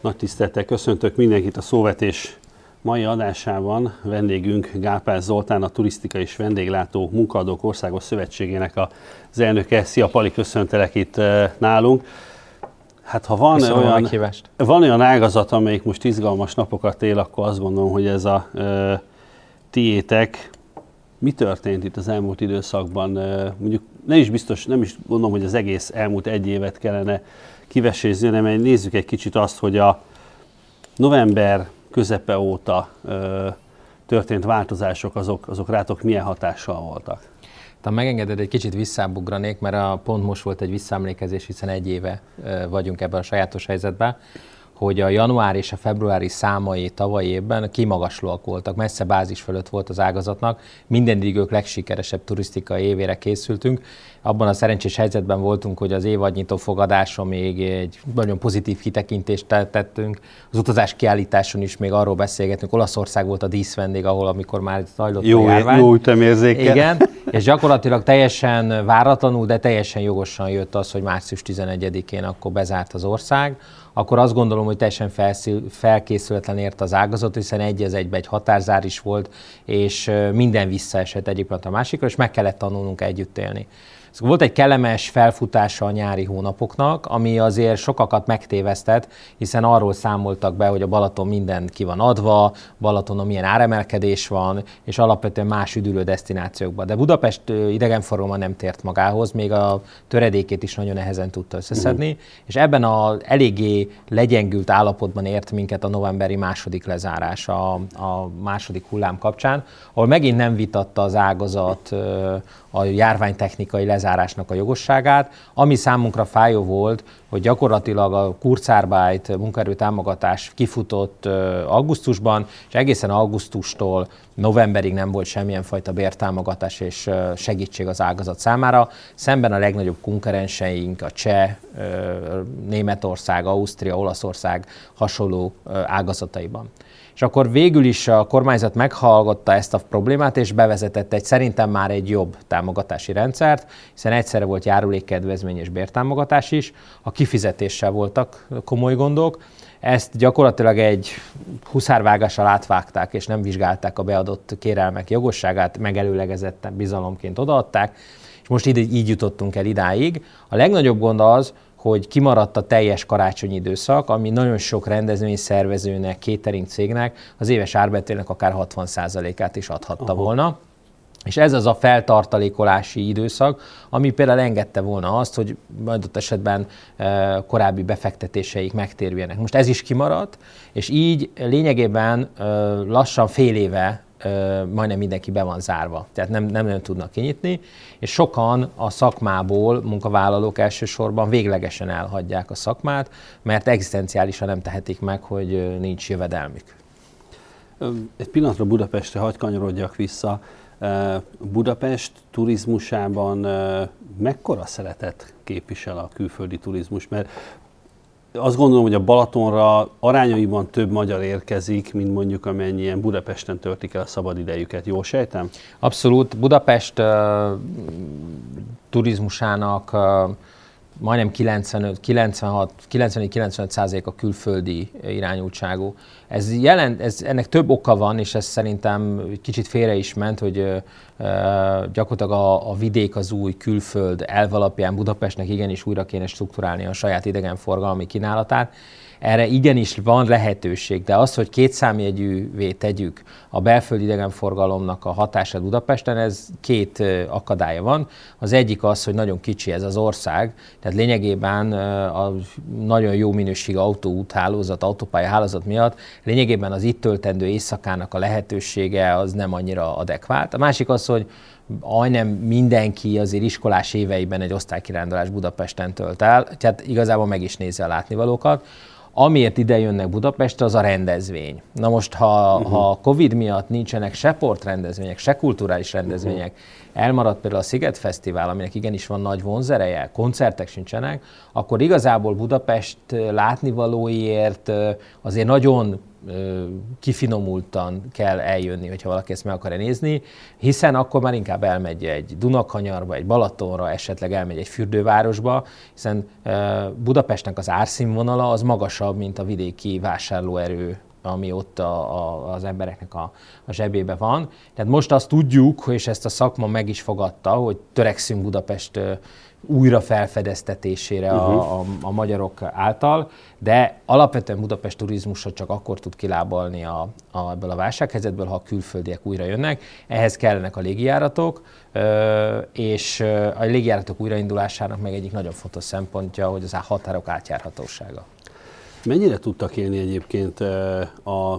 Nagy tisztelettel köszöntök mindenkit a Szóvetés mai adásában. Vendégünk Gálpár Zoltán, a Turisztika és Vendéglátó Munkaadók Országos Szövetségének az elnöke. Szia Pali, köszöntelek itt nálunk. Hát ha van olyan ágazat, amelyik most izgalmas napokat él, akkor azt gondolom, hogy ez a tiétek. Mi történt itt az elmúlt időszakban? Mondjuk nem is gondolom, hogy az egész elmúlt egy évet kellene kivesézni, hanem nézzük egy kicsit azt, hogy a november közepe óta történt változások, azok rátok milyen hatással voltak? Ha megengeded, egy kicsit visszábugranék, mert pont most volt egy visszaemlékezés, hiszen egy éve vagyunk ebben a sajátos helyzetben, hogy a január és a februári számai tavalyi évben kimagaslóak voltak, messze bázis fölött volt az ágazatnak, minden idők legsikeresebb turisztikai évére készültünk. Abban a szerencsés helyzetben voltunk, hogy az évadnyitó fogadáson még egy nagyon pozitív kitekintést tettünk, az utazás kiállításon is még arról beszélgetünk, Olaszország volt a díszvendég, ahol amikor már zajlott a járvány. Jó ütemérzékkel. Igen, és gyakorlatilag teljesen váratlanul, de teljesen jogosan jött az, hogy március 11-én akkor bezárt az ország. Akkor azt gondolom, hogy teljesen felkészületlen ért az ágazat, hiszen egy határzár is volt, és minden visszaesett egyik pillanatra a másikra, és meg kellett tanulnunk együtt élni. Szóval volt egy kellemes felfutása a nyári hónapoknak, ami azért sokakat megtévesztett, hiszen arról számoltak be, hogy a Balaton minden ki van adva, Balatonon milyen áremelkedés van, és alapvetően más üdülő desztinációkban. De Budapest idegenforgalma nem tért magához, még a töredékét is nagyon nehezen tudta összeszedni, és ebben az eléggé legyengült állapotban ért minket a novemberi második lezárás a második hullám kapcsán, ahol megint nem vitatta az ágazat a járványtechnikai lezárásnak a jogosságát, ami számunkra fájó volt, hogy gyakorlatilag a Kurzarbeit munkaerő támogatás kifutott augusztusban, és egészen augusztustól novemberig nem volt semmilyen fajta bértámogatás és segítség az ágazat számára. Szemben a legnagyobb konkurenseink, a Cseh, Németország, Ausztria, Olaszország hasonló ágazataiban. És akkor végül is a kormányzat meghallgatta ezt a problémát, és bevezetett szerintem már egy jobb támogatási rendszert, hiszen egyszerre volt járulékkedvezmény és bértámogatás is, a kifizetéssel voltak komoly gondok. Ezt gyakorlatilag egy huszárvágással átvágták, és nem vizsgálták a beadott kérelmek jogosságát, megelőlegezetten bizalomként odaadták, és most így jutottunk el idáig. A legnagyobb gond az, hogy kimaradt a teljes karácsonyi időszak, ami nagyon sok rendezvényszervezőnek, catering cégnek az éves árbevételnek akár 60%-át is adhatta volna. És ez az a feltartalékolási időszak, ami például engedte volna azt, hogy adott esetben korábbi befektetéseik megtérüljenek. Most ez is kimaradt, és így lényegében lassan fél éve majdnem mindenki be van zárva, tehát nem nagyon tudnak kinyitni, és sokan a szakmából, munkavállalók elsősorban véglegesen elhagyják a szakmát, mert egzisztenciálisan nem tehetik meg, hogy nincs jövedelmük. Egy pillanatra Budapestre hadd kanyarodjak vissza. Budapest turizmusában mekkora szeretet képvisel a külföldi turizmus? Mert azt gondolom, hogy a Balatonra arányaiban több magyar érkezik, mint mondjuk amennyien Budapesten töltik el a szabadidejüket. Jól sejtem? Abszolút. Budapest turizmusának majdnem 94-95% a külföldi irányultságú. Ennek több oka van, és ez szerintem kicsit félre is ment, hogy gyakorlatilag a vidék az új külföld elv alapján Budapestnek igenis újra kéne strukturálni a saját idegenforgalmi kínálatát. Erre igenis van lehetőség, de az, hogy kétszámjegyűvé tegyük a belföldi idegenforgalomnak a hatását Budapesten, ez két akadálya van. Az egyik az, hogy nagyon kicsi ez az ország, tehát lényegében a nagyon jó minőségű autóúthálózat, autópályahálózat miatt lényegében az itt töltendő éjszakának a lehetősége az nem annyira adekvát. A másik az, hogy majdnem mindenki azért iskolás éveiben egy osztálykirándulás Budapesten tölt el, tehát igazából meg is nézze a látnivalókat. Amiért ide jönnek Budapestre, az a rendezvény. Na most, ha Covid miatt nincsenek se sportrendezvények, se kulturális rendezvények, elmaradt például a Sziget Fesztivál, aminek igenis van nagy vonzereje, koncertek sincsenek, akkor igazából Budapest látnivalóiért azért nagyon kifinomultan kell eljönni, hogyha valaki ezt meg akarja nézni, hiszen akkor már inkább elmegy egy Dunakanyarba, egy Balatonra, esetleg elmegy egy fürdővárosba, hiszen Budapestnek az árszínvonala az magasabb, mint a vidéki vásárlóerő, ami ott az embereknek a zsebébe van. Tehát most azt tudjuk, és ezt a szakma meg is fogadta, hogy törekszünk Budapest újra felfedeztetésére a magyarok által, de alapvetően Budapest turizmusa csak akkor tud kilábalni ebből a válsághelyzetből, ha a külföldiek újra jönnek. Ehhez kellenek a légijáratok, és a légijáratok újraindulásának meg egyik nagyon fontos szempontja, hogy az határok átjárhatósága. Mennyire tudtak élni egyébként a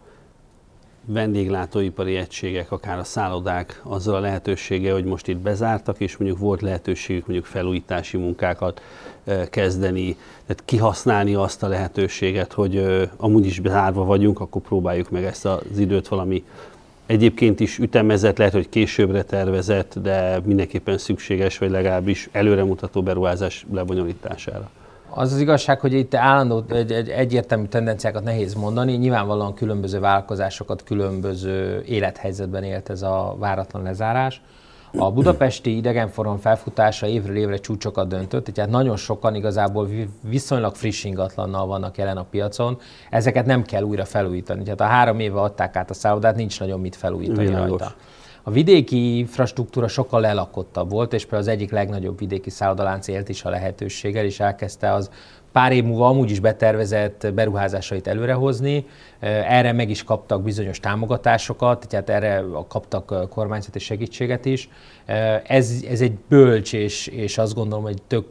vendéglátóipari egységek, akár a szállodák azzal a lehetőséggel, hogy most itt bezártak, és mondjuk volt lehetőségük mondjuk felújítási munkákat kezdeni, tehát kihasználni azt a lehetőséget, hogy amúgy is bezárva vagyunk, akkor próbáljuk meg ezt az időt valami egyébként is ütemezett, lehet, hogy későbbre tervezett, de mindenképpen szükséges, vagy legalábbis előremutató beruházás lebonyolítására. Az az igazság, hogy itt állandó egyértelmű tendenciákat nehéz mondani. Nyilvánvalóan különböző vállalkozásokat különböző élethelyzetben élt ez a váratlan lezárás. A budapesti idegenforgalom felfutása évről évre csúcsokat döntött, tehát nagyon sokan igazából viszonylag friss ingatlannal vannak jelen a piacon. Ezeket nem kell újra felújítani. Tehát a 3 éve adták át a szállodát, nincs nagyon mit felújítani rajta. A vidéki infrastruktúra sokkal lelakottabb volt, és például az egyik legnagyobb vidéki szállodalánc élt is a lehetőséggel, és elkezdte az pár év múlva amúgy is betervezett beruházásait előrehozni. Erre meg is kaptak bizonyos támogatásokat, tehát erre kaptak kormányzati segítséget is. Ez egy bölcs, és azt gondolom, hogy tök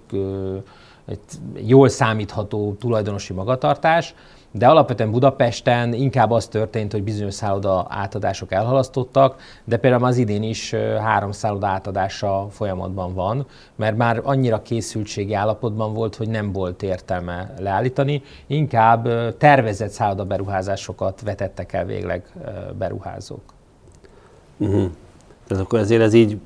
jól számítható tulajdonosi magatartás. De alapvetően Budapesten inkább az történt, hogy bizonyos szálloda átadások elhalasztottak, de például az idén is 3 szálloda átadása folyamatban van, mert már annyira készültségi állapotban volt, hogy nem volt értelme leállítani, inkább tervezett szálloda beruházásokat vetettek el végleg beruházók. Tehát akkor ezért ez így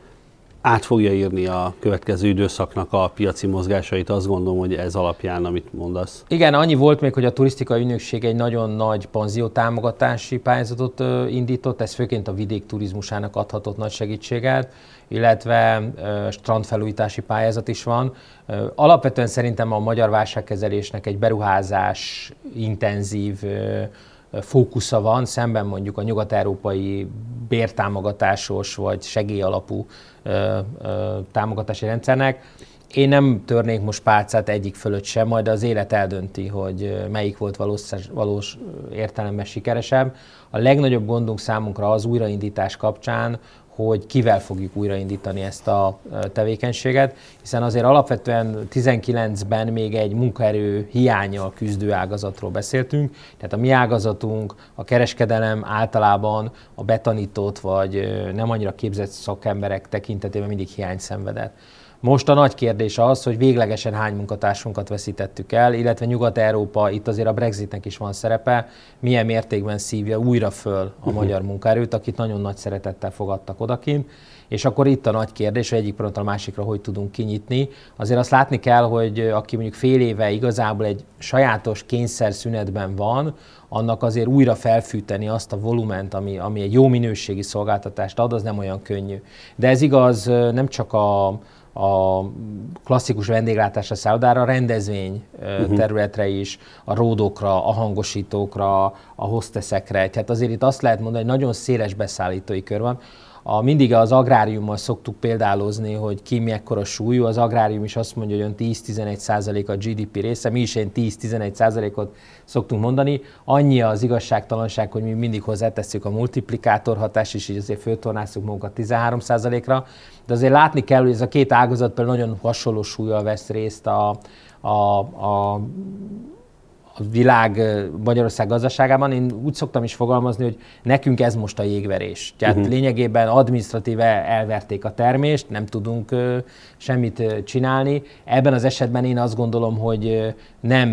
át fogja írni a következő időszaknak a piaci mozgásait, azt gondolom, hogy ez alapján, amit mondasz. Igen, annyi volt még, hogy a turisztikai ügynökség egy nagyon nagy panzió támogatási pályázatot indított, ez főként a vidék turizmusának adhatott nagy segítséget, illetve strandfelújítási pályázat is van. Alapvetően szerintem a magyar válságkezelésnek egy beruházás intenzív fókusza van, szemben mondjuk a nyugat-európai bértámogatásos vagy segélyalapú támogatási rendszernek. Én nem törnék most pálcát egyik fölött sem, majd az élet eldönti, hogy melyik volt valós értelemben sikeresebb. A legnagyobb gondunk számunkra az újraindítás kapcsán, hogy kivel fogjuk újraindítani ezt a tevékenységet, hiszen azért alapvetően 19-ben még egy munkaerő hiánnyal küzdő ágazatról beszéltünk, tehát a mi ágazatunk, a kereskedelem általában a betanított vagy nem annyira képzett szakemberek tekintetében mindig hiányt szenvedett. Most a nagy kérdés az, hogy véglegesen hány munkatársunkat veszítettük el, illetve Nyugat-Európa, itt azért a Brexitnek is van szerepe, milyen mértékben szívja újra föl a magyar munkaerőt, akit nagyon nagy szeretettel fogadtak odakint. És akkor itt a nagy kérdés, hogy egyik pillanatról a másikra hogy tudunk kinyitni. Azért azt látni kell, hogy aki mondjuk fél éve igazából egy sajátos kényszerszünetben van, annak azért újra felfűteni azt a volument, ami egy jó minőségi szolgáltatást ad, az nem olyan könnyű. De ez igaz nem csak a klasszikus vendéglátásra, szállodára, a rendezvény területre is, a ródokra, a hangosítókra, a hosteszekre. Tehát azért itt azt lehet mondani, hogy nagyon széles beszállítói kör van. Mindig az agráriummal szoktuk példálozni, hogy ki mekkora súlyú. Az agrárium is azt mondja, hogy 10-11% a GDP része, mi is 10-11%-ot szoktunk mondani. Annyi az igazságtalanság, hogy mi mindig hozzátesszük a multiplikátor hatást, és így azért föltornázzuk magunkat 13%-ra. De azért látni kell, hogy ez a két ágazat például nagyon hasonló súllyal vesz részt a világ Magyarország gazdaságában. Én úgy szoktam is fogalmazni, hogy nekünk ez most a jégverés. Tehát lényegében adminisztratíve elverték a termést, nem tudunk semmit csinálni. Ebben az esetben én azt gondolom, hogy nem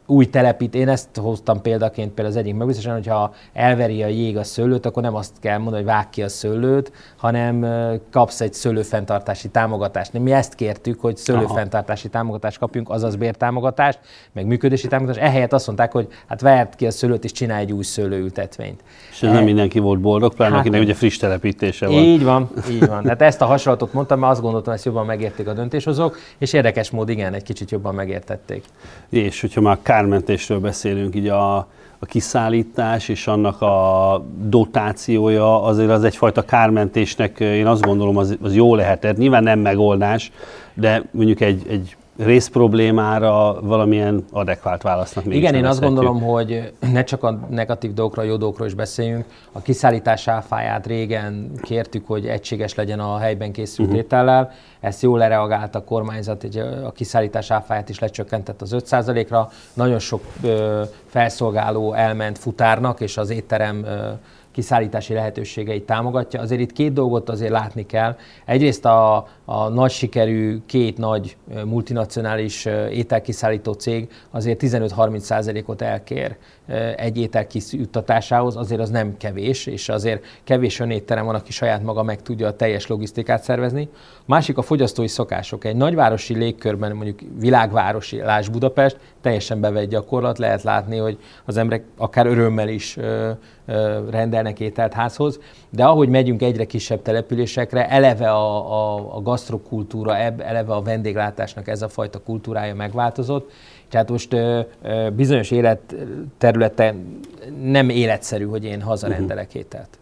új telepít, én ezt hoztam példaként például az egyik megbízáson, hogyha elveri a jég a szőlőt, akkor nem azt kell mondani, hogy vágj ki a szőlőt, hanem kapsz egy szőlőfenntartási támogatást. Mi ezt kértük, hogy szőlőfenntartási támogatást kapjunk, azaz bértámogatást, meg működési támogatást. Ehelyett azt mondták, hogy hát verd ki a szőlőt és csinálj egy új szőlőültetvényt. És nem mindenki volt boldog, pláne akinek ugye friss telepítése van. Így van. Tehát ezt a hasonlatot mondtam, mert azt gondoltam, ezt jobban megérték a döntéshozók, és érdekes mód igen, egy kicsit jobban megértették. És hogyha már kármentésről beszélünk, így a kiszállítás és annak a dotációja, azért az egyfajta kármentésnek én azt gondolom, az jó lehet. Tehát nyilván nem megoldás, de mondjuk egy részproblémára valamilyen adekvát válasznak mégis. Igen, én azt gondolom, hogy ne csak a negatív dolgokról, jó dolgokról is beszéljünk. A kiszállítás áfáját régen kértük, hogy egységes legyen a helyben készült étellel. Ezt jól lereagált a kormányzat, hogy a kiszállítás áfáját is lecsökkentett az 5%-ra. Nagyon sok felszolgáló elment futárnak, és az étterem kiszállítási lehetőségeit támogatja. Azért itt két dolgot azért látni kell. Egyrészt a nagy sikerű két nagy multinacionális ételkiszállító cég azért 15-30%-ot elkér egy étel kijuttatásához, azért az nem kevés, és azért kevés önétterem van, aki saját maga meg tudja a teljes logisztikát szervezni. A másik a fogyasztói szokások. Egy nagyvárosi légkörben, mondjuk világvárosi, lásd Budapest, teljesen bevett gyakorlat, lehet látni, hogy az emberek akár örömmel is rendelnek ételt házhoz, de ahogy megyünk egyre kisebb településekre, eleve a gasztrokultúra, eleve a vendéglátásnak ez a fajta kultúrája megváltozott, tehát most bizonyos életterületen nem életszerű, hogy én hazarendelek ételt.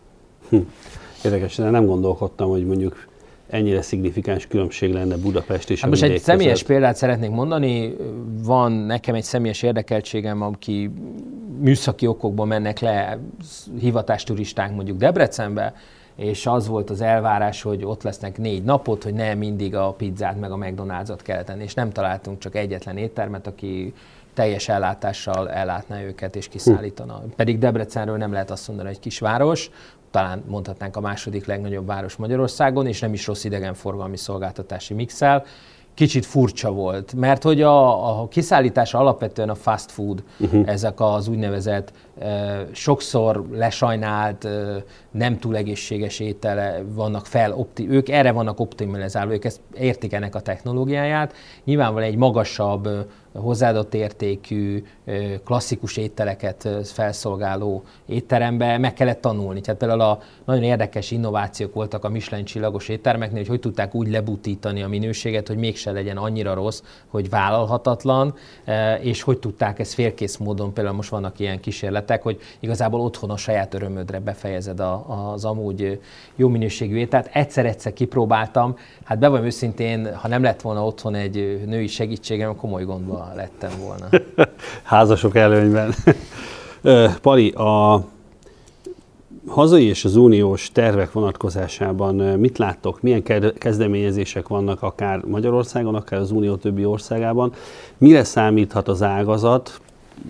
Érdekes, de nem gondolkodtam, hogy mondjuk ennyire szignifikáns különbség lenne Budapest és a most vidék egy személyes között. példát szeretnék mondani. Van nekem egy személyes érdekeltségem, aki műszaki okokból mennek le hivatásturisták mondjuk Debrecenbe, és az volt az elvárás, hogy ott lesznek 4 napot, hogy nem mindig a pizzát meg a McDonald's-ot kell tenni, és nem találtunk csak egyetlen éttermet, aki teljes ellátással ellátná őket és kiszállítana. Pedig Debrecenről nem lehet azt mondani, hogy kisváros, talán mondhatnánk a második legnagyobb város Magyarországon, és nem is rossz idegenforgalmi szolgáltatási mixel. Kicsit furcsa volt, mert hogy a kiszállítása alapvetően a fast food, ezek az úgynevezett sokszor lesajnált, nem túl egészséges étele vannak ők erre vannak optimalizálva, ők ezt értik ennek a technológiáját. Nyilvánvalóan egy magasabb, hozzáadott értékű, klasszikus ételeket felszolgáló étterembe meg kellett tanulni. Tehát például nagyon érdekes innovációk voltak a Michelin csillagos éttermeknél, hogy tudták úgy lebutítani a minőséget, hogy mégse legyen annyira rossz, hogy vállalhatatlan, és hogy tudták ezt félkész módon, például most vannak ilyen kísérletek, hogy igazából otthon a saját örömödre befejezed az amúgy jó minőségű ételt. Egyszer-egyszer kipróbáltam, hát bevallom őszintén, ha nem lett volna otthon egy női segítségem, komoly gondba lettem volna. Házasok előnyben. Pali, a hazai és az uniós tervek vonatkozásában mit láttok? Milyen kezdeményezések vannak akár Magyarországon, akár az unió többi országában? Mire számíthat az ágazat?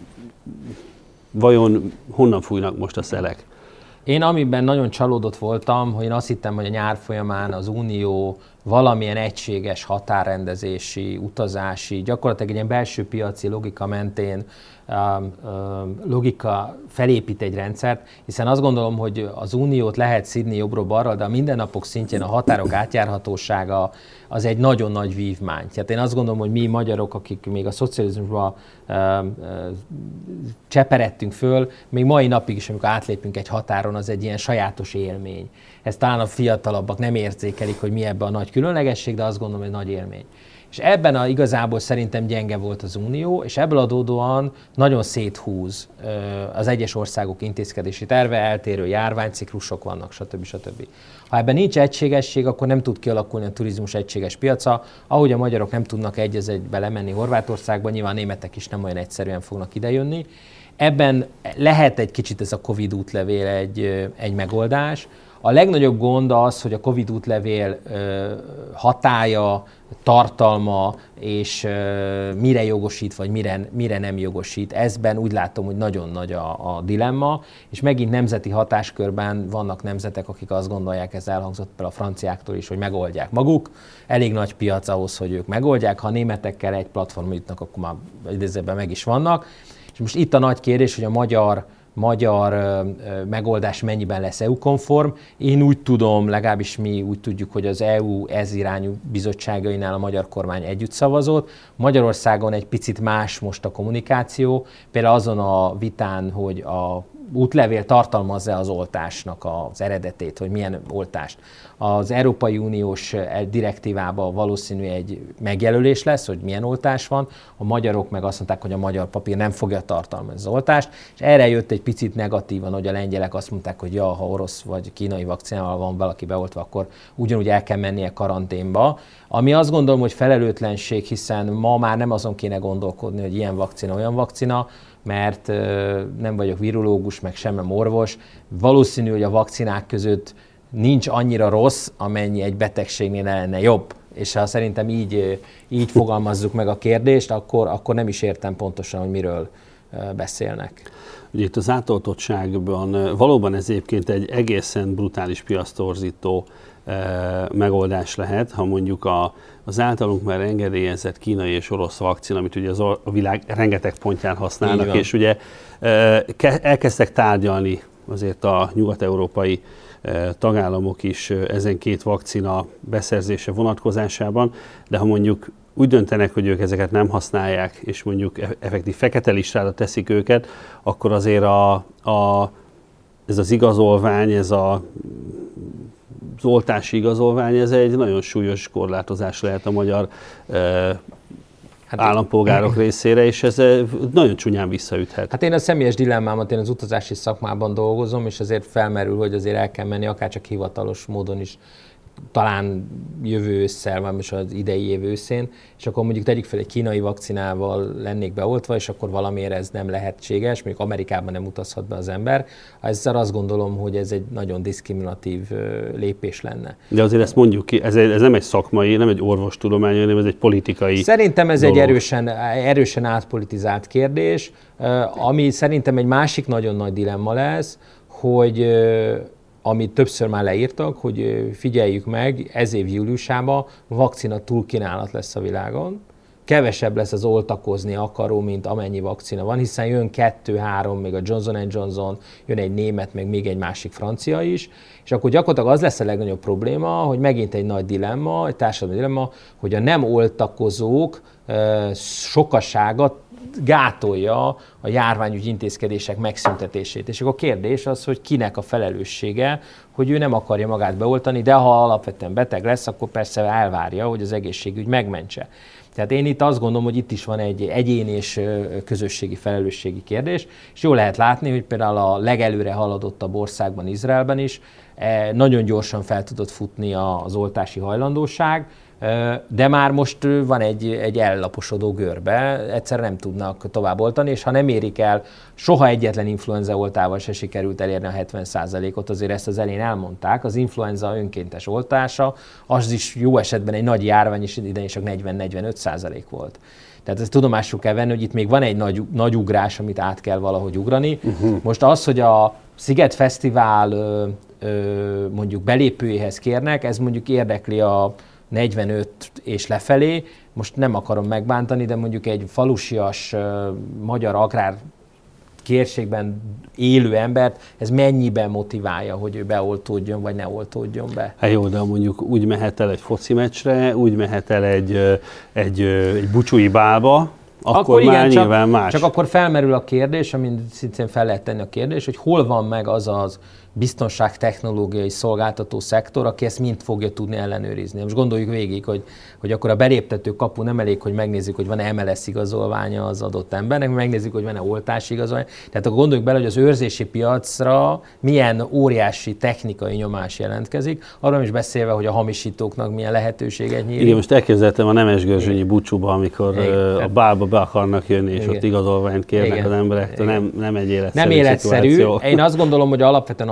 Vajon honnan fújnak most a szelek? Én amiben nagyon csalódott voltam, hogy én azt hittem, hogy a nyár folyamán az Unió valamilyen egységes határrendezési, utazási, gyakorlatilag egy ilyen belső piaci logika mentén felépít egy rendszert, hiszen azt gondolom, hogy az Uniót lehet szidni jobbról-balról, de a mindennapok szintjén a határok átjárhatósága az egy nagyon nagy vívmány. Tehát én azt gondolom, hogy mi magyarok, akik még a szocializmusban cseperedtünk föl, még mai napig is, amikor átlépünk egy határon, az egy ilyen sajátos élmény. Ezt talán a fiatalabbak nem érzékelik, hogy mi ebben a nagy különlegesség, de azt gondolom, hogy nagy élmény. És ebben igazából szerintem gyenge volt az Unió, és ebből adódóan nagyon széthúz az egyes országok intézkedési terve, eltérő járványciklusok vannak, stb. Ha ebben nincs egységesség, akkor nem tud kialakulni a turizmus egységes piaca. Ahogy a magyarok nem tudnak egy-egybe lemenni Horvátországba, nyilván a németek is nem olyan egyszerűen fognak idejönni. Ebben lehet egy kicsit ez a Covid útlevél egy megoldás. A legnagyobb gond az, hogy a Covid útlevél hatálya, tartalma és mire jogosít, vagy mire nem jogosít. Ezben úgy látom, hogy nagyon nagy a dilemma, és megint nemzeti hatáskörben vannak nemzetek, akik azt gondolják, ez elhangzott például a franciáktól is, hogy megoldják maguk. Elég nagy piac ahhoz, hogy ők megoldják. Ha a németekkel egy platformon jutnak, akkor már idézőben meg is vannak. És most itt a nagy kérdés, hogy a magyar megoldás mennyiben lesz EU-konform. Én úgy tudom, legalábbis mi úgy tudjuk, hogy az EU ez irányú bizottságainál a magyar kormány együtt szavazott. Magyarországon egy picit más most a kommunikáció, például azon a vitán, hogy a útlevél tartalmazza az oltásnak az eredetét, hogy milyen oltást. Az Európai Uniós direktívában valószínű egy megjelölés lesz, hogy milyen oltás van. A magyarok meg azt mondták, hogy a magyar papír nem fogja tartalmazni az oltást, és erre jött egy picit negatívan, hogy a lengyelek azt mondták, hogy ja, ha orosz vagy kínai vakcinával van valaki beoltva, akkor ugyanúgy el kell mennie karanténba. Ami azt gondolom, hogy felelőtlenség, hiszen ma már nem azon kéne gondolkodni, hogy ilyen vakcina, olyan vakcina, mert nem vagyok virológus, meg sem orvos. Valószínű, hogy a vakcinák között nincs annyira rossz, amennyi egy betegségnél lenne jobb. És ha szerintem így fogalmazzuk meg a kérdést, akkor nem is értem pontosan, hogy miről beszélnek. Ugye itt az átoltottságban valóban ez egyébként egy egészen brutális piasztorzító megoldás lehet, ha mondjuk az általunk már engedélyezett kínai és orosz vakcina, amit ugye a világ rengeteg pontján használnak, és ugye elkezdtek tárgyalni azért a nyugat-európai tagállamok is ezen két vakcina beszerzése vonatkozásában, de ha mondjuk úgy döntenek, hogy ők ezeket nem használják, és mondjuk effektív fekete listára teszik őket, akkor azért ez az igazolvány, az oltási igazolvány, ez egy nagyon súlyos korlátozás lehet a magyar állampolgárok részére, és ez nagyon csúnyán visszaüthet. Hát én a személyes dilemmámat, én az utazási szakmában dolgozom, és azért felmerül, hogy azért el kell menni, akár csak hivatalos módon is, talán jövő ősszel, vagy most az idei év őszén, és akkor mondjuk tegyük fel, egy kínai vakcinával lennék beoltva, és akkor valamiért ez nem lehetséges, mondjuk Amerikában nem utazhat be az ember. Ezzel azt gondolom, hogy ez egy nagyon diszkriminatív lépés lenne. De azért ezt mondjuk ki, ez nem egy szakmai, nem egy orvostudomány, hanem ez egy politikai Szerintem ez dolog. egy erősen átpolitizált kérdés, ami szerintem egy másik nagyon nagy dilemma lesz, hogy amit többször már leírtak, hogy figyeljük meg, ez év júliusában vakcina túlkínálat lesz a világon. Kevesebb lesz az oltakozni akaró, mint amennyi vakcina van, hiszen jön 2-3, még a Johnson & Johnson, jön egy német, meg még egy másik francia is, és akkor gyakorlatilag az lesz a legnagyobb probléma, hogy megint egy nagy dilemma, egy társadalmi dilemma, hogy a nem oltakozók sokasága gátolja a járványügyi intézkedések megszüntetését. És akkor a kérdés az, hogy kinek a felelőssége, hogy ő nem akarja magát beoltani, de ha alapvetően beteg lesz, akkor persze elvárja, hogy az egészségügy megmentse. Tehát én itt azt gondolom, hogy itt is van egy egyéni és közösségi felelősségi kérdés, és jól lehet látni, hogy például a legelőre haladottabb országban, Izraelben is nagyon gyorsan fel tudott futni az oltási hajlandóság, de már most van egy ellaposodó görbe, egyszerűen nem tudnak tovább oltani, és ha nem érik el, soha egyetlen influenza oltával se sikerült elérni a 70%-ot, azért ezt az elején elmondták, az influenza önkéntes oltása, az is jó esetben egy nagy járvány, és idején csak 40-45% volt. Tehát ezt tudomásul kell venni, hogy itt még van egy nagy ugrás, amit át kell valahogy ugrani. Most az, hogy a Sziget Fesztivál mondjuk belépőjéhez kérnek, ez mondjuk érdekli a 45 és lefelé, most nem akarom megbántani, de mondjuk egy falusias magyar agrár kérségben élő embert, ez mennyiben motiválja, hogy ő beoltódjon, vagy ne oltódjon be? Hát jó, de mondjuk úgy mehet el egy foci meccsre, úgy mehet el egy bucsúi bálba, akkor már igen, nyilván más. Csak akkor felmerül a kérdés, amin szintén fel lehet tenni a kérdés, hogy hol van meg az biztonságtechnológiai szolgáltató szektor, aki ezt mind fogja tudni ellenőrizni. Most gondoljuk végig, hogy akkor a beléptető kapu nem elég, hogy megnézzük, hogy van-e MLS igazolványa az adott embernek, megnézzük, hogy van-e oltási igazolványa. Tehát akkor gondoljuk bele, hogy az őrzési piacra milyen óriási technikai nyomás jelentkezik, arról is beszélve, hogy a hamisítóknak milyen lehetőséget nyílik. Igen, most elképzeltem a Nemesgörzsönyi búcsúba, amikor a bálba be akarnak jönni, és ott igazolványt kérnek az emberektől. Nem egy életszerű szituáció. Én azt gondolom, hogy alapvetően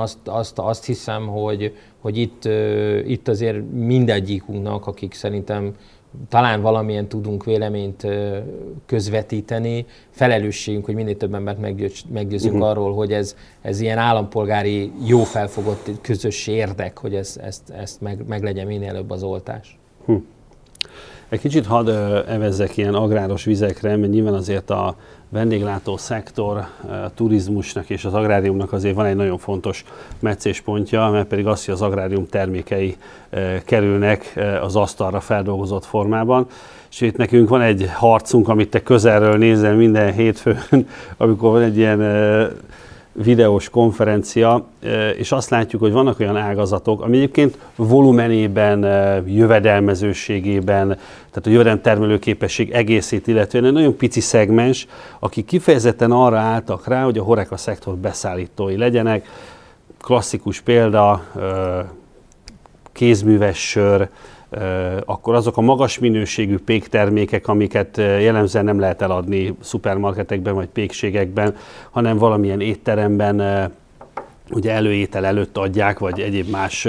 azt hiszem, hogy itt azért mindegyikunknak, akik szerintem talán valamilyen tudunk véleményt közvetíteni, felelősségünk, hogy minél több embert meggyőzünk arról, hogy ez ilyen állampolgári, jó felfogott közös érdek, hogy ezt meg legyen minél előbb az oltás. Egy kicsit hadd evezzek ilyen agráros vizekre, mert nyilván azért a vendéglátó szektor, a turizmusnak és az agráriumnak azért van egy nagyon fontos meccéspontja, mert pedig az, hogy az agrárium termékei kerülnek az asztalra feldolgozott formában. És itt nekünk van egy harcunk, amit te közelről nézel minden hétfőn, amikor van egy ilyen videós konferencia, és azt látjuk, hogy vannak olyan ágazatok, ami egyébként volumenében, jövedelmezőségében, tehát a jövedelemtermelő képesség egészét illetően egy nagyon pici szegmens, akik kifejezetten arra álltak rá, hogy a HoReCa szektor beszállítói legyenek. Klasszikus példa, kézműves sör, akkor azok a magas minőségű péktermékek, amiket jellemzően nem lehet eladni szupermarketekben vagy pékségekben, hanem valamilyen étteremben, ugye előétel előtt adják, vagy egyéb más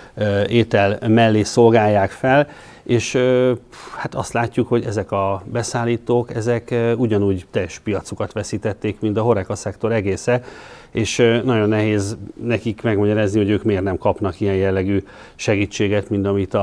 étel mellé szolgálják fel, és hát azt látjuk, hogy ezek a beszállítók, ezek ugyanúgy teljes piacukat veszítették, mint a HoReCa szektor egésze, és nagyon nehéz nekik megmagyarázni, hogy ők miért nem kapnak ilyen jellegű segítséget, mint amit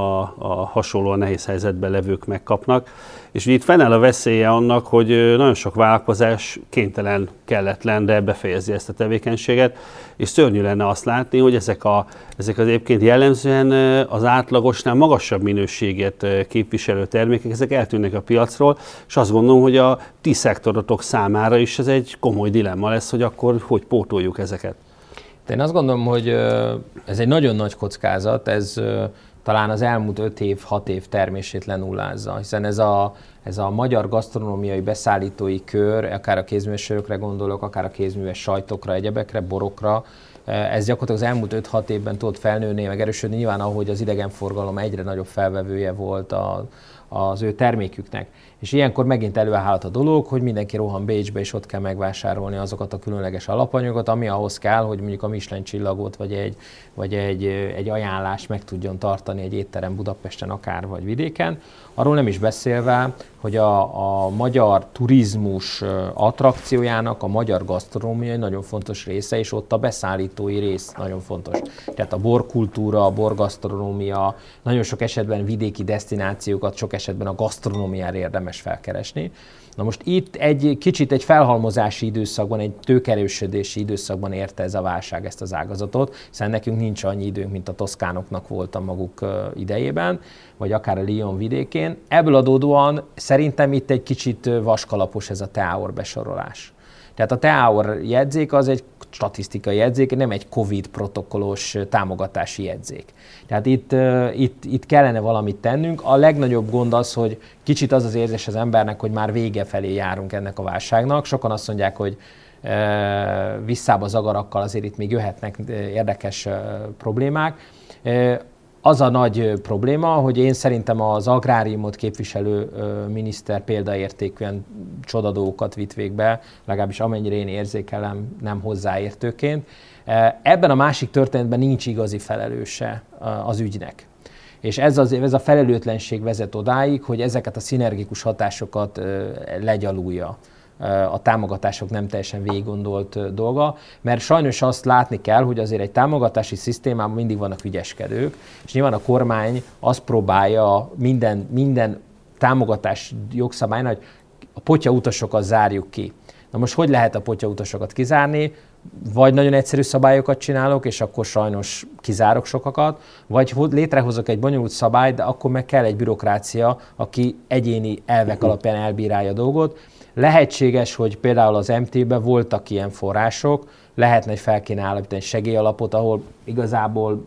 a hasonlóan nehéz helyzetben levők megkapnak. És itt fennáll a veszélye annak, hogy nagyon sok vállalkozás kénytelen, kelletlen, de befejezi ezt a tevékenységet, és szörnyű lenne azt látni, hogy ezek az egyébként jellemzően az átlagosnál magasabb minőséget képviselő termékek, ezek eltűnnek a piacról, és azt gondolom, hogy a ti szektorotok számára is ez egy komoly dilemma lesz, hogy akkor hogy pótoljuk ezeket. De én azt gondolom, hogy ez egy nagyon nagy kockázat, ez talán az elmúlt 5 év, 6 év termését lenullázza, hiszen ez a magyar gasztronómiai beszállítói kör, akár a kézműves sörökre gondolok, akár a kézműves sajtokra, egyebekre, borokra, ez gyakorlatilag az elmúlt 5-6 évben tudott felnőni, meg erősödni, nyilván ahogy az idegenforgalom egyre nagyobb felvevője volt az ő terméküknek. És ilyenkor megint előállhat a dolog, hogy mindenki rohan Bécsbe, és ott kell megvásárolni azokat a különleges alapanyagokat, ami ahhoz kell, hogy mondjuk a Michelin csillagot vagy egy ajánlást meg tudjon tartani egy étterem Budapesten akár vagy vidéken. Arról nem is beszélve, hogy a magyar turizmus attrakciójának a magyar gasztronómia egy nagyon fontos része, és ott a beszállítói rész nagyon fontos. Tehát a borkultúra, a borgasztronómia, nagyon sok esetben vidéki desztinációkat, sok esetben a gasztronómiára érdemes felkeresni. Na most itt egy kicsit egy felhalmozási időszakban, egy tőkerősödési időszakban érte ez a válság ezt az ágazatot, hiszen nekünk nincs annyi időnk, mint a toszkánoknak volt a maguk idejében, vagy akár a Lyon vidékén. Ebből adódóan szerintem itt egy kicsit vaskalapos ez a TEAOR besorolás. Tehát a TEAOR jegyzék az egy statisztikai jegyzék, nem egy Covid protokollos támogatási jegyzék. Tehát itt kellene valamit tennünk. A legnagyobb gond az, hogy kicsit az érzés az embernek, hogy már vége felé járunk ennek a válságnak. Sokan azt mondják, hogy visszább az agarakkal azért itt még jöhetnek érdekes problémák. Az a nagy probléma, hogy én szerintem az agráriumot képviselő miniszter példaértékűen csoda dolgokat vitt végbe, legalábbis amennyire én érzékelem, nem hozzáértőként. Ebben a másik történetben nincs igazi felelőse az ügynek. És ez a felelőtlenség vezet odáig, hogy ezeket a szinergikus hatásokat legyalulja a támogatások nem teljesen végiggondolt dolga, mert sajnos azt látni kell, hogy azért egy támogatási szisztémában mindig vannak ügyeskedők, és nyilván a kormány azt próbálja minden támogatás jogszabálynál, hogy a potyautasokat zárjuk ki. Na most hogy lehet a potyautasokat kizárni? Vagy nagyon egyszerű szabályokat csinálok, és akkor sajnos kizárok sokakat, vagy létrehozok egy bonyolult szabályt, de akkor meg kell egy bürokrácia, aki egyéni elvek alapján elbírálja a dolgot. Lehetséges, hogy például az MT-ben voltak ilyen források, lehetne, hogy fel kéne állapítani egy segélyalapot, ahol igazából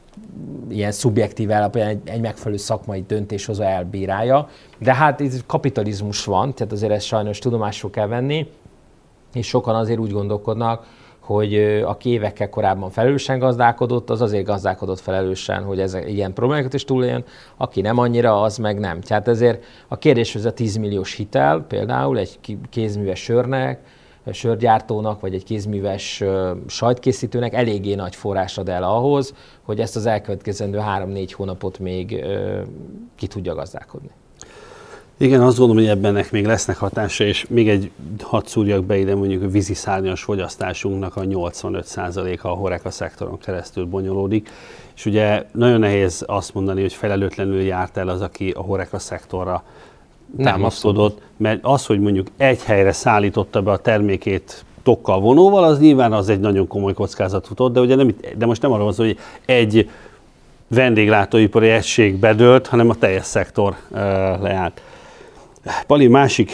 ilyen szubjektív alapján egy megfelelő szakmai döntéshozó elbírálja. De hát itt kapitalizmus van, tehát azért ezt sajnos tudomásul kell venni, és sokan azért úgy gondolkodnak, hogy aki évekkel korábban felelősen gazdálkodott, az azért gazdálkodott felelősen, hogy ez ilyen problémákat is túléljen, aki nem annyira, az meg nem. Tehát ezért a kérdés, hogy ez a 10 milliós hitel például egy kézműves sörnek, sörgyártónak, vagy egy kézműves sajtkészítőnek eléggé nagy forrás ad el ahhoz, hogy ezt az elkövetkezendő 3-4 hónapot még ki tudja gazdálkodni. Igen, azt gondolom, hogy ebbennek még lesznek hatása, és még hadd szúrjak be ide, mondjuk a víziszárnyas fogyasztásunknak a 85%-a a HoReCa szektoron keresztül bonyolódik, és ugye nagyon nehéz azt mondani, hogy felelőtlenül járt el az, aki a HoReCa szektorra támaszkodott, mert az, hogy mondjuk egy helyre szállította be a termékét tokkal, vonóval, az nyilván az egy nagyon komoly kockázatot ad, de ugye de most nem arról van szó, hogy egy vendéglátóipari egység bedőlt, hanem a teljes szektor leállt. Pali, másik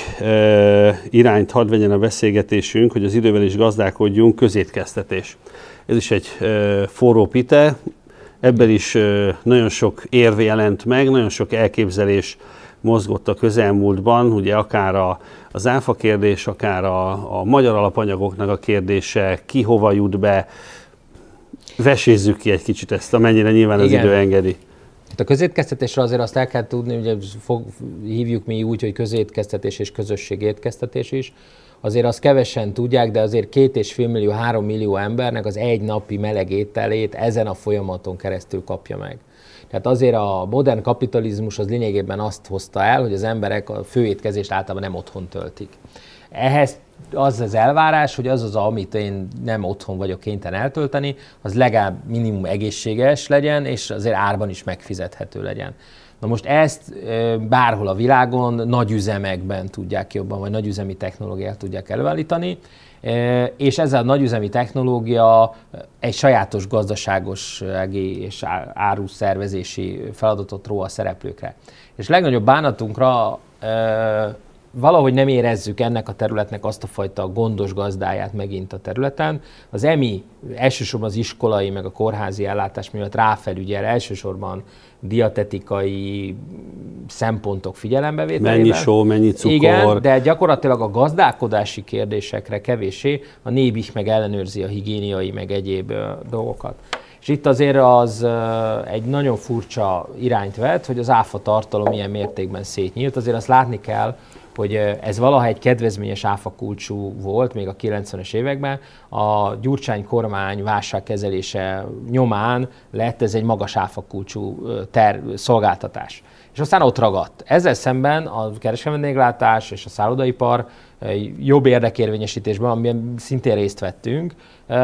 irányt hadd vegyen a beszélgetésünk, hogy az idővel is gazdálkodjunk, közétkeztetés. Ez is egy forró pite, ebben is nagyon sok érv jelent meg, nagyon sok elképzelés mozgott a közelmúltban, ugye akár az áfa kérdés, akár a magyar alapanyagoknak a kérdése, ki hova jut be, vesézzük ki egy kicsit ezt, amennyire nyilván az idő engedi. A közétkeztetésre azért azt el kell tudni, ugye hívjuk mi úgy, hogy közétkeztetés és közösségétkeztetés is. Azért azt kevesen tudják, de azért 2,5 millió, 3 millió embernek az egy napi meleg ételét ezen a folyamaton keresztül kapja meg. Tehát azért a modern kapitalizmus az lényegében azt hozta el, hogy az emberek a főétkezést általában nem otthon töltik. Ehhez az elvárás, hogy az, amit én nem otthon vagyok kénytelen eltölteni, az legalább minimum egészséges legyen, és azért árban is megfizethető legyen. Na most ezt bárhol a világon nagy üzemekben tudják jobban, vagy nagyüzemi technológiát tudják előállítani, és ez a nagyüzemi technológia egy sajátos gazdaságosági és áruszervezési feladatot ró a szereplőkre. És legnagyobb bánatunkra valahogy nem érezzük ennek a területnek azt a fajta gondos gazdáját megint a területen. Az EMI elsősorban az iskolai, meg a kórházi ellátás miatt ráfelügyel elsősorban dietetikai szempontok figyelembevételével. Mennyi só, mennyi cukor. Igen, de gyakorlatilag a gazdálkodási kérdésekre kevéssé, a NÉBIH meg ellenőrzi a higiéniai, meg egyéb dolgokat. És itt azért az egy nagyon furcsa irányt vett, hogy az áfa tartalom ilyen mértékben szétnyílt. Azért azt látni kell, hogy ez valaha egy kedvezményes áfa kulcsú volt még a 90-es években. A Gyurcsány kormány válságkezelése nyomán lett ez egy magas áfa kulcsú szolgáltatás. És aztán ott ragadt. Ezzel szemben a kereskedelmi vendéglátás és a szállodaipar jobb érdekérvényesítésben, amiben szintén részt vettünk,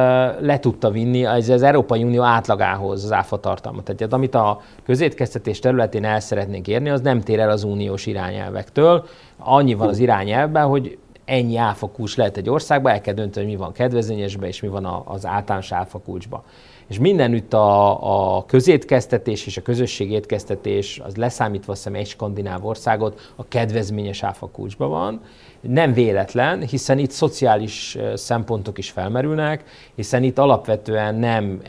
le tudta vinni az Európai Unió átlagához az áfa tartalmat. Tehát amit a közétkeztetés területén el szeretnénk érni, az nem tér el az uniós irányelvektől. Annyi van az irányelvben, hogy ennyi áfakulcs lehet egy országban, el kell dönteni, hogy mi van kedvezményesben, és mi van az általános áfakulcsban. És mindenütt a közétkeztetés és a közösségétkeztetés, az leszámítva egy skandináv országot, a kedvezményes áfakulcsban van. Nem véletlen, hiszen itt szociális szempontok is felmerülnek, hiszen itt alapvetően nem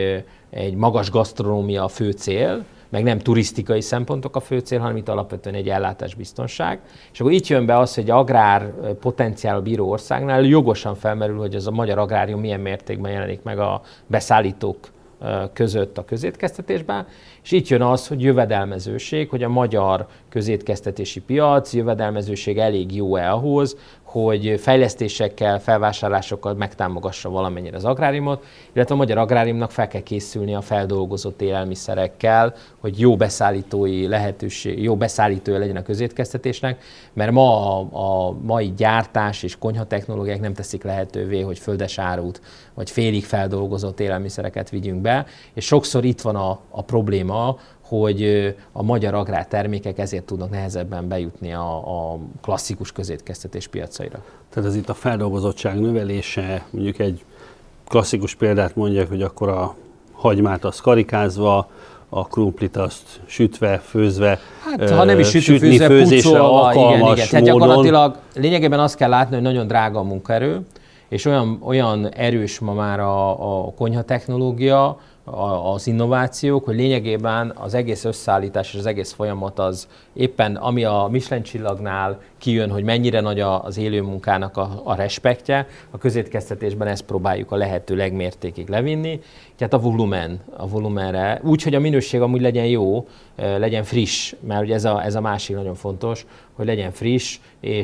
egy magas gasztronómia a fő cél, meg nem turisztikai szempontok a fő cél, hanem itt alapvetően egy ellátásbiztonság. És akkor itt jön be az, hogy egy agrár potenciál bíró országnál jogosan felmerül, hogy ez a magyar agrárium milyen mértékben jelenik meg a beszállítók között a közétkeztetésben, és itt jön az, hogy jövedelmezőség, hogy a magyar közétkeztetési piac jövedelmezőség elég jó-e ahhoz, hogy fejlesztésekkel, felvásárlásokkal megtámogassa valamennyire az agráriumot, illetve a magyar agráriumnak fel kell készülni a feldolgozott élelmiszerekkel, hogy jó beszállítói lehetőség, jó beszállítója legyen a közétkeztetésnek, mert ma a mai gyártás és konyhatechnológiák nem teszik lehetővé, hogy földes árut vagy félig feldolgozott élelmiszereket vigyünk be, és sokszor itt van a probléma, hogy a magyar agrártermékek ezért tudnak nehezebben bejutni a klasszikus közétkeztetés piacaira. Tehát ez itt a feldolgozottság növelése, mondjuk egy klasszikus példát mondjak, hogy akkor a hagymát azt karikázva, a krumplit azt sütve, főzve, hát, ha nem is sütve, főzésre alkalmas igen. Tehát gyakorlatilag lényegében azt kell látni, hogy nagyon drága a munkaerő, és olyan erős ma már a konyhatechnológia, az innovációk, hogy lényegében az egész összeállítás és az egész folyamat az éppen, ami a Michelin csillagnál kijön, hogy mennyire nagy az élő munkának a respektje, a közétkeztetésben ezt próbáljuk a lehető legmértékig levinni, tehát a volumenre, úgy, hogy a minőség amúgy legyen jó, legyen friss, mert ugye ez a másik nagyon fontos, hogy legyen friss,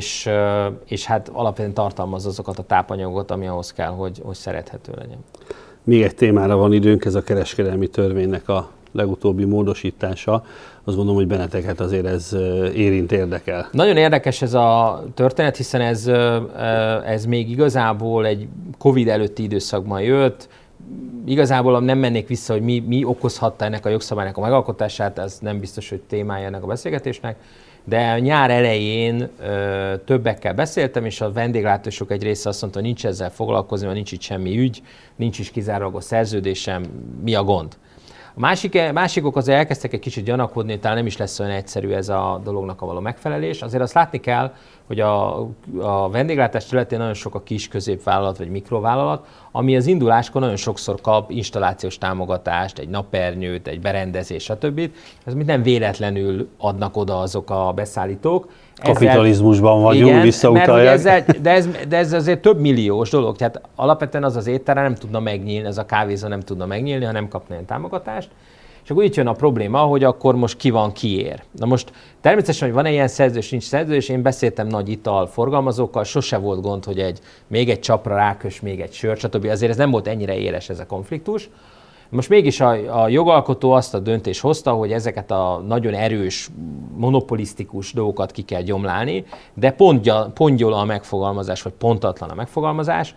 és hát alapvetően tartalmaz azokat a tápanyagokat, ami ahhoz kell, hogy szerethető legyen. Még egy témára van időnk, ez a kereskedelmi törvénynek a legutóbbi módosítása. Azt gondolom, hogy benneteket azért ez érdekel. Nagyon érdekes ez a történet, hiszen ez még igazából egy Covid előtti időszakban jött. Igazából nem mennék vissza, hogy mi okozhatta ennek a jogszabálynak a megalkotását, ez nem biztos, hogy témája ennek a beszélgetésnek. De nyár elején többekkel beszéltem, és a vendéglátósok egy része azt mondta, hogy nincs ezzel foglalkozni, mert nincs itt semmi ügy, nincs is kizárólagos szerződésem, mi a gond. A másikok azért elkezdtek egy kicsit gyanakodni, hogy talán nem is lesz olyan egyszerű ez a dolognak a való megfelelés. Azért azt látni kell, hogy a vendéglátás területén nagyon sok a kis középvállalat vagy mikrovállalat, ami az induláskor nagyon sokszor kap installációs támogatást, egy napernyőt, egy berendezés, stb. Ez nem véletlenül adnak oda azok a beszállítók. Kapitalizmusban vagyunk, visszautalják. De ez azért több milliós dolog, tehát alapvetően az étterem nem tudna megnyílni, ez a kávézó nem tudna megnyílni, ha nem kapna ilyen támogatást. És akkor itt jön a probléma, hogy akkor most ki van, kiér. Na most természetesen, hogy van-e ilyen szerződés, nincs szerződés, én beszéltem nagy italforgalmazókkal, sose volt gond, hogy még egy csapra rákös, még egy sört, stb. Azért ez nem volt ennyire éles ez a konfliktus. Most mégis a jogalkotó azt a döntést hozta, hogy ezeket a nagyon erős, monopolisztikus dolgokat ki kell gyomlálni, de pontyol a megfogalmazás, vagy pontatlan a megfogalmazás,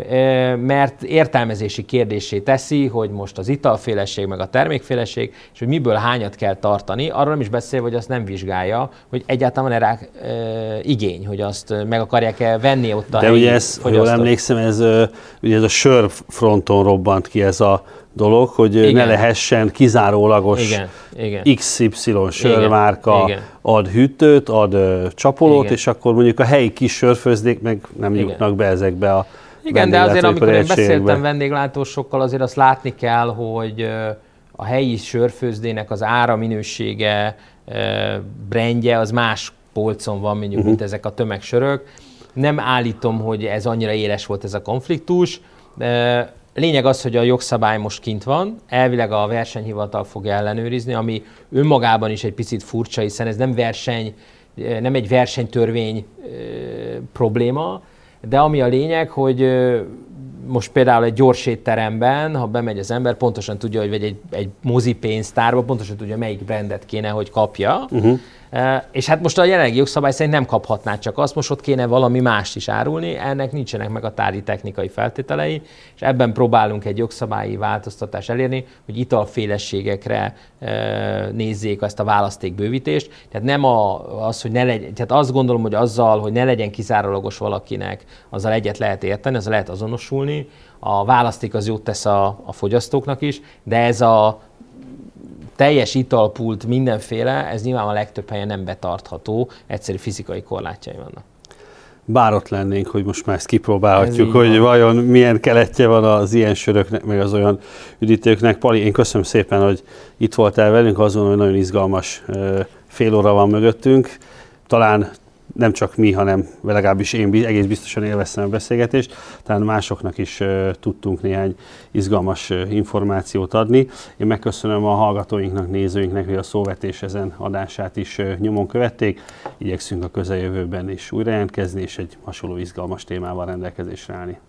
mert értelmezési kérdésé teszi, hogy most az italféleség, meg a termékféleség, és hogy miből hányat kell tartani, arról nem is beszél, hogy azt nem vizsgálja, hogy egyáltalán van-e rá igény, hogy azt meg akarják-e venni ott a helyi fogyasztók. De ugye ez, ha jól emlékszem, ugye ez a sörfronton robbant ki ez a dolog, hogy igen, ne lehessen kizárólagos XY sörmárka ad hűtőt, ad csapolót, és akkor mondjuk a helyi kis sörfőzdék meg nem jutnak be ezekbe a igen, de azért amikor én beszéltem vendéglátósokkal, azért azt látni kell, hogy a helyi sörfőzdének az ára, minősége, brandje az más polcon van, mondjuk, mint ezek a tömegsörök. Nem állítom, hogy ez annyira éles volt ez a konfliktus. Lényeg az, hogy a jogszabály most kint van, elvileg a versenyhivatal fogja ellenőrizni, ami önmagában is egy picit furcsa, hiszen ez nem egy versenytörvény probléma, de ami a lényeg, hogy most például egy gyors étteremben, ha bemegy az ember, pontosan tudja, hogy egy mozipénztárba, pontosan tudja, melyik brandet kéne, hogy kapja. És hát most a jelenlegi jogszabály szerint nem kaphatná csak azt, most ott kéne valami mást is árulni, ennek nincsenek meg a tárgyi technikai feltételei, és ebben próbálunk egy jogszabályi változtatást elérni, hogy italféleségekre nézzék ezt a választékbővítést. Tehát nem az, hogy ne legyen, tehát azt gondolom, hogy azzal, hogy ne legyen kizárólagos valakinek, azzal egyet lehet érteni, azzal lehet azonosulni. A választék az jót tesz a fogyasztóknak is, de ez a teljes italpult mindenféle, ez nyilván a legtöbb helyen nem betartható, egyszerű fizikai korlátjai vannak. Bár ott lennénk, hogy most már ezt kipróbálhatjuk, hogy vajon milyen keletje van az ilyen söröknek, meg az olyan üdítőknek. Pali, én köszönöm szépen, hogy itt voltál velünk, azt gondolom, hogy nagyon izgalmas fél óra van mögöttünk. Talán nem csak mi, hanem legalábbis én egész biztosan élveztem a beszélgetést, talán másoknak is tudtunk néhány izgalmas információt adni. Én megköszönöm a hallgatóinknak, nézőinknek, hogy a szóvetés ezen adását is nyomon követték. Igyekszünk a közeljövőben is újra jelentkezni, és egy hasonló izgalmas témával rendelkezésre állni.